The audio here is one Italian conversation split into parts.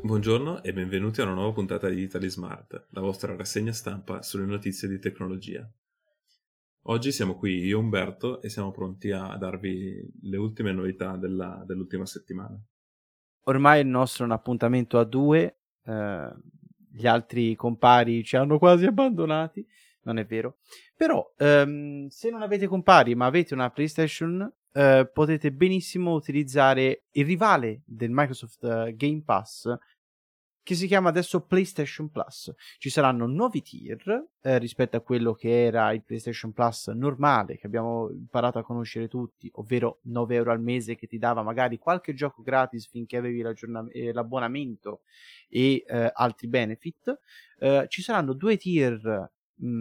Buongiorno e benvenuti a una nuova puntata di Italy Smart, la vostra rassegna stampa sulle notizie di tecnologia. Oggi siamo qui io e Umberto e siamo pronti a darvi le ultime novità dell'ultima settimana. Ormai il nostro è un appuntamento a due, gli altri compari ci hanno quasi abbandonati, non è vero. Però se non avete compari ma avete una PlayStation, potete benissimo utilizzare il rivale del Microsoft Game Pass, che si chiama adesso PlayStation Plus. Ci saranno nuovi tier rispetto a quello che era il PlayStation Plus normale, che abbiamo imparato a conoscere tutti, ovvero 9 euro al mese che ti dava magari qualche gioco gratis finché avevi l'abbonamento e altri benefit. Ci saranno due tier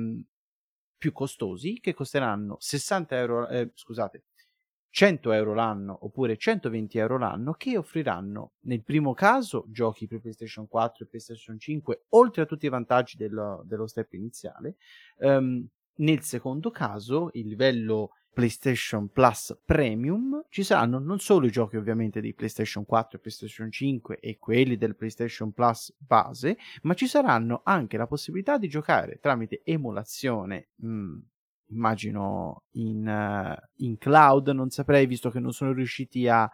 più costosi che costeranno 60 euro, scusate, 100 euro l'anno oppure 120 euro l'anno, che offriranno nel primo caso giochi per PlayStation 4 e PlayStation 5 oltre a tutti i vantaggi dello step iniziale. Nel secondo caso, il livello PlayStation Plus Premium, ci saranno non solo i giochi ovviamente di PlayStation 4 e PlayStation 5 e quelli del PlayStation Plus base, ma ci saranno anche la possibilità di giocare tramite emulazione, immagino in cloud, non saprei, visto che non sono riusciti a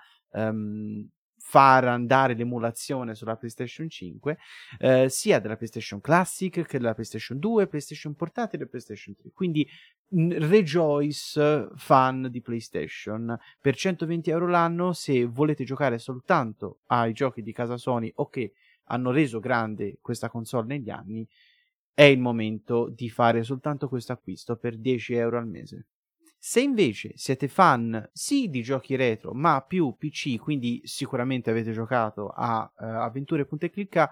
far andare l'emulazione sulla PlayStation 5, sia della PlayStation Classic che della PlayStation 2, PlayStation Portatile e PlayStation 3. Quindi rejoice fan di PlayStation per 120 euro l'anno se volete giocare soltanto ai giochi di casa Sony o che hanno reso grande questa console negli anni. È il momento di fare soltanto questo acquisto per 10 euro al mese. Se invece siete fan sì di giochi retro, ma più PC, quindi sicuramente avete giocato a avventure punta e clicca,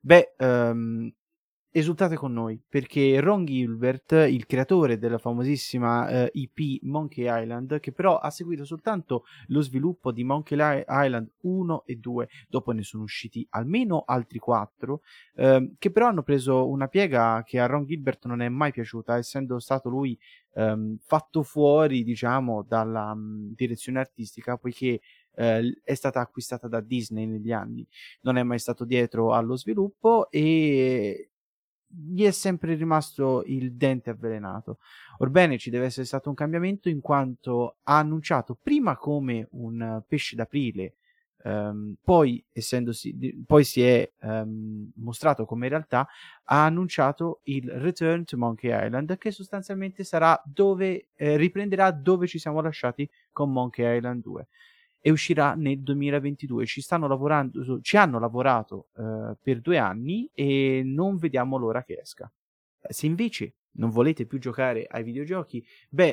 esultate con noi, perché Ron Gilbert, il creatore della famosissima IP Monkey Island, che però ha seguito soltanto lo sviluppo di Monkey Island 1 e 2, dopo ne sono usciti almeno altri 4, che però hanno preso una piega che a Ron Gilbert non è mai piaciuta, essendo stato lui fatto fuori, diciamo, dalla direzione artistica, poiché è stata acquistata da Disney negli anni, non è mai stato dietro allo sviluppo e gli è sempre rimasto il dente avvelenato. Orbene, ci deve essere stato un cambiamento, in quanto ha annunciato prima come un pesce d'aprile, poi poi si è mostrato come in realtà ha annunciato il Return to Monkey Island, che sostanzialmente sarà dove riprenderà dove ci siamo lasciati con Monkey Island 2 e uscirà nel 2022. Ci hanno lavorato per 2 anni e non vediamo l'ora che esca. Se invece non volete più giocare ai videogiochi,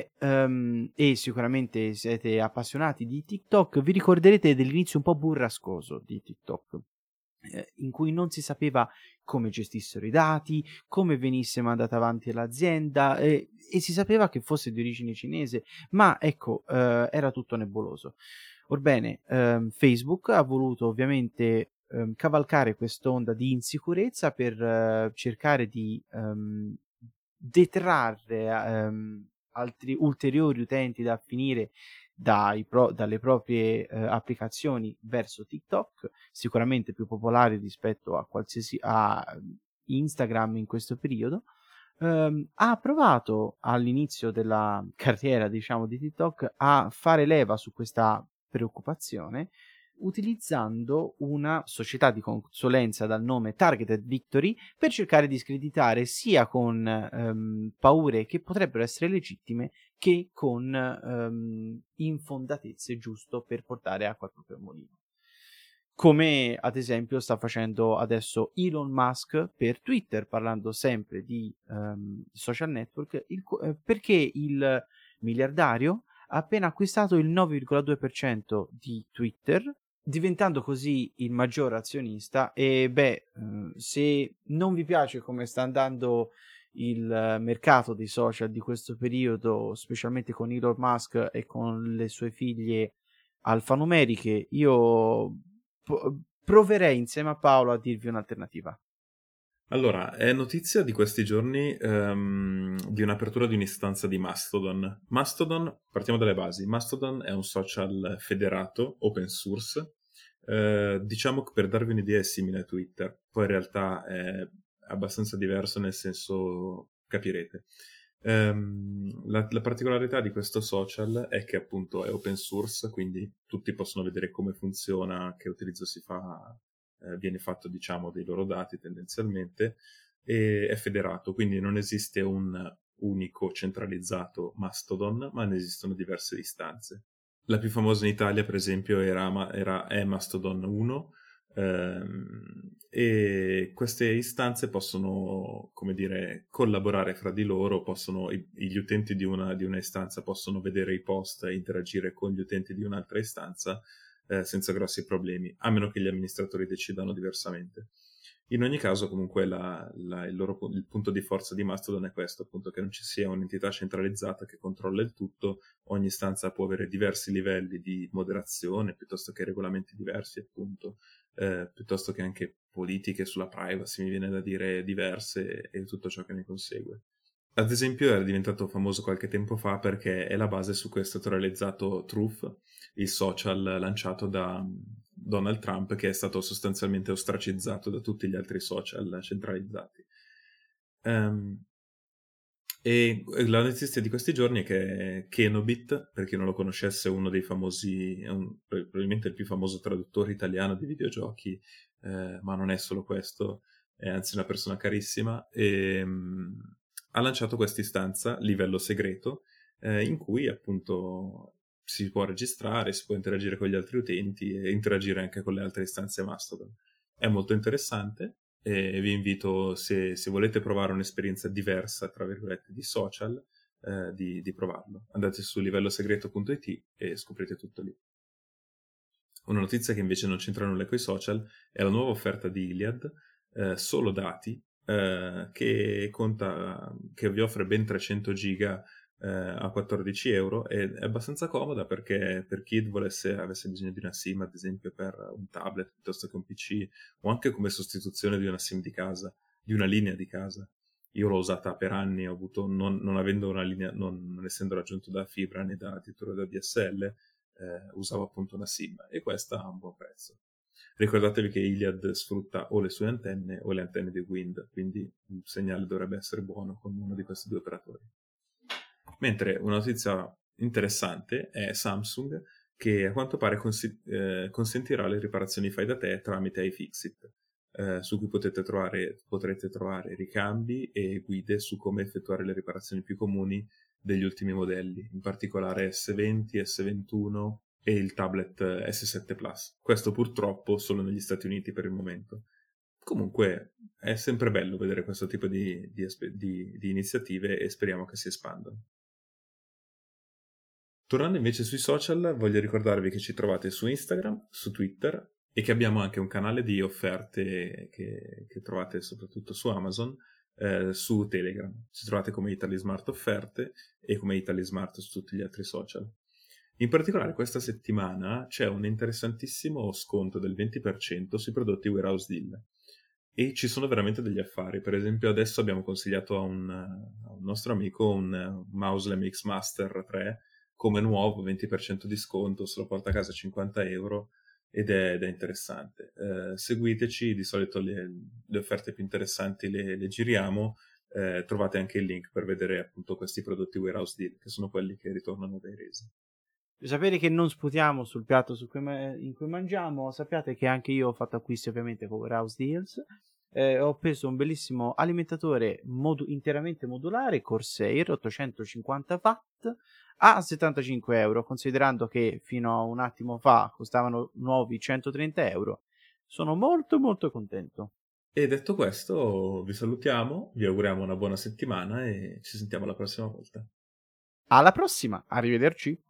e sicuramente siete appassionati di TikTok, vi ricorderete dell'inizio un po' burrascoso di TikTok, in cui non si sapeva come gestissero i dati, come venisse mandata avanti l'azienda, e si sapeva che fosse di origine cinese, ma ecco, era tutto nebuloso. Orbene, Facebook ha voluto ovviamente cavalcare quest'onda di insicurezza per cercare di detrarre altri ulteriori utenti da finire dalle proprie applicazioni verso TikTok, sicuramente più popolari rispetto a Instagram in questo periodo. Ha provato all'inizio della carriera, diciamo, di TikTok a fare leva su questa preoccupazione utilizzando una società di consulenza dal nome Targeted Victory per cercare di screditare sia con paure che potrebbero essere legittime che con infondatezze, giusto per portare acqua al proprio mulino. Come ad esempio sta facendo adesso Elon Musk per Twitter, parlando sempre di social network, perché il miliardario ha appena acquistato il 9,2% di Twitter, diventando così il maggior azionista. E se non vi piace come sta andando il mercato dei social di questo periodo, specialmente con Elon Musk e con le sue figlie alfanumeriche, io proverei insieme a Paolo a dirvi un'alternativa. Allora, è notizia di questi giorni di un'apertura di un'istanza di Mastodon. Mastodon, partiamo dalle basi. Mastodon è un social federato, open source, Diciamo che per darvi un'idea è simile a Twitter, poi in realtà è abbastanza diverso, nel senso, capirete. La particolarità di questo social è che appunto è open source, quindi tutti possono vedere come funziona, che utilizzo si fa, viene fatto diciamo dei loro dati tendenzialmente, e è federato, quindi non esiste un unico centralizzato Mastodon, ma ne esistono diverse istanze. La più famosa in Italia, per esempio, è Mastodon 1, e queste istanze possono, come dire, collaborare fra di loro, gli utenti di una istanza possono vedere i post e interagire con gli utenti di un'altra istanza senza grossi problemi, a meno che gli amministratori decidano diversamente. In ogni caso, comunque, il punto di forza di Mastodon è questo, appunto, che non ci sia un'entità centralizzata che controlla il tutto. Ogni istanza può avere diversi livelli di moderazione, piuttosto che regolamenti diversi, appunto, piuttosto che anche politiche sulla privacy, mi viene da dire, diverse, e tutto ciò che ne consegue. Ad esempio era diventato famoso qualche tempo fa perché è la base su cui è stato realizzato Truth, il social lanciato da Donald Trump, che è stato sostanzialmente ostracizzato da tutti gli altri social centralizzati. E la notizia di questi giorni è che Kenobit, per chi non lo conoscesse, è uno dei famosi, probabilmente il più famoso traduttore italiano di videogiochi, ma non è solo questo, è anzi una persona carissima, e ha lanciato questa istanza, livello segreto, in cui appunto si può registrare, si può interagire con gli altri utenti e interagire anche con le altre istanze Mastodon. È molto interessante e vi invito, se volete provare un'esperienza diversa, tra virgolette, di social, di provarlo. Andate su livellosegreto.it e scoprite tutto lì. Una notizia che invece non c'entra nulla con i social è la nuova offerta di Iliad, solo dati, che vi offre ben 300 giga a 14 euro, e è abbastanza comoda perché per chi avesse bisogno di una SIM, ad esempio per un tablet piuttosto che un PC, o anche come sostituzione di una SIM di casa, di una linea di casa. Io l'ho usata per anni, ho avuto, non avendo una linea, non essendo raggiunto da fibra né addirittura da DSL, usavo appunto una SIM, e questa ha un buon prezzo. Ricordatevi che Iliad sfrutta o le sue antenne o le antenne di Wind, quindi il segnale dovrebbe essere buono con uno di questi due operatori. Mentre una notizia interessante è Samsung, che a quanto pare consentirà le riparazioni fai da te tramite iFixit, su cui potrete trovare ricambi e guide su come effettuare le riparazioni più comuni degli ultimi modelli, in particolare S20, S21 e il tablet S7 Plus. Questo purtroppo solo negli Stati Uniti per il momento. Comunque è sempre bello vedere questo tipo di iniziative, e speriamo che si espandano. Tornando invece sui social, voglio ricordarvi che ci trovate su Instagram, su Twitter, e che abbiamo anche un canale di offerte che trovate soprattutto su Amazon, su Telegram. Ci trovate come Italy Smart Offerte e come Italy Smart su tutti gli altri social. In particolare questa settimana c'è un interessantissimo sconto del 20% sui prodotti Warehouse Deal, e ci sono veramente degli affari. Per esempio adesso abbiamo consigliato a un nostro amico un Mauslem X Master 3 come nuovo, 20% di sconto, se lo porta a casa 50 euro, ed è interessante. Seguiteci, di solito le offerte più interessanti le giriamo. Trovate anche il link per vedere appunto questi prodotti Warehouse Deal, che sono quelli che ritornano dai resi. Sapete che non sputiamo sul piatto in cui mangiamo. Sappiate che anche io ho fatto acquisti ovviamente con Warehouse Deals. Ho preso un bellissimo alimentatore interamente modulare Corsair 850 watt a 75 euro, considerando che fino a un attimo fa costavano nuovi 130 euro. Sono molto molto contento. E detto questo, vi salutiamo, vi auguriamo una buona settimana e ci sentiamo la prossima volta. Alla prossima, arrivederci.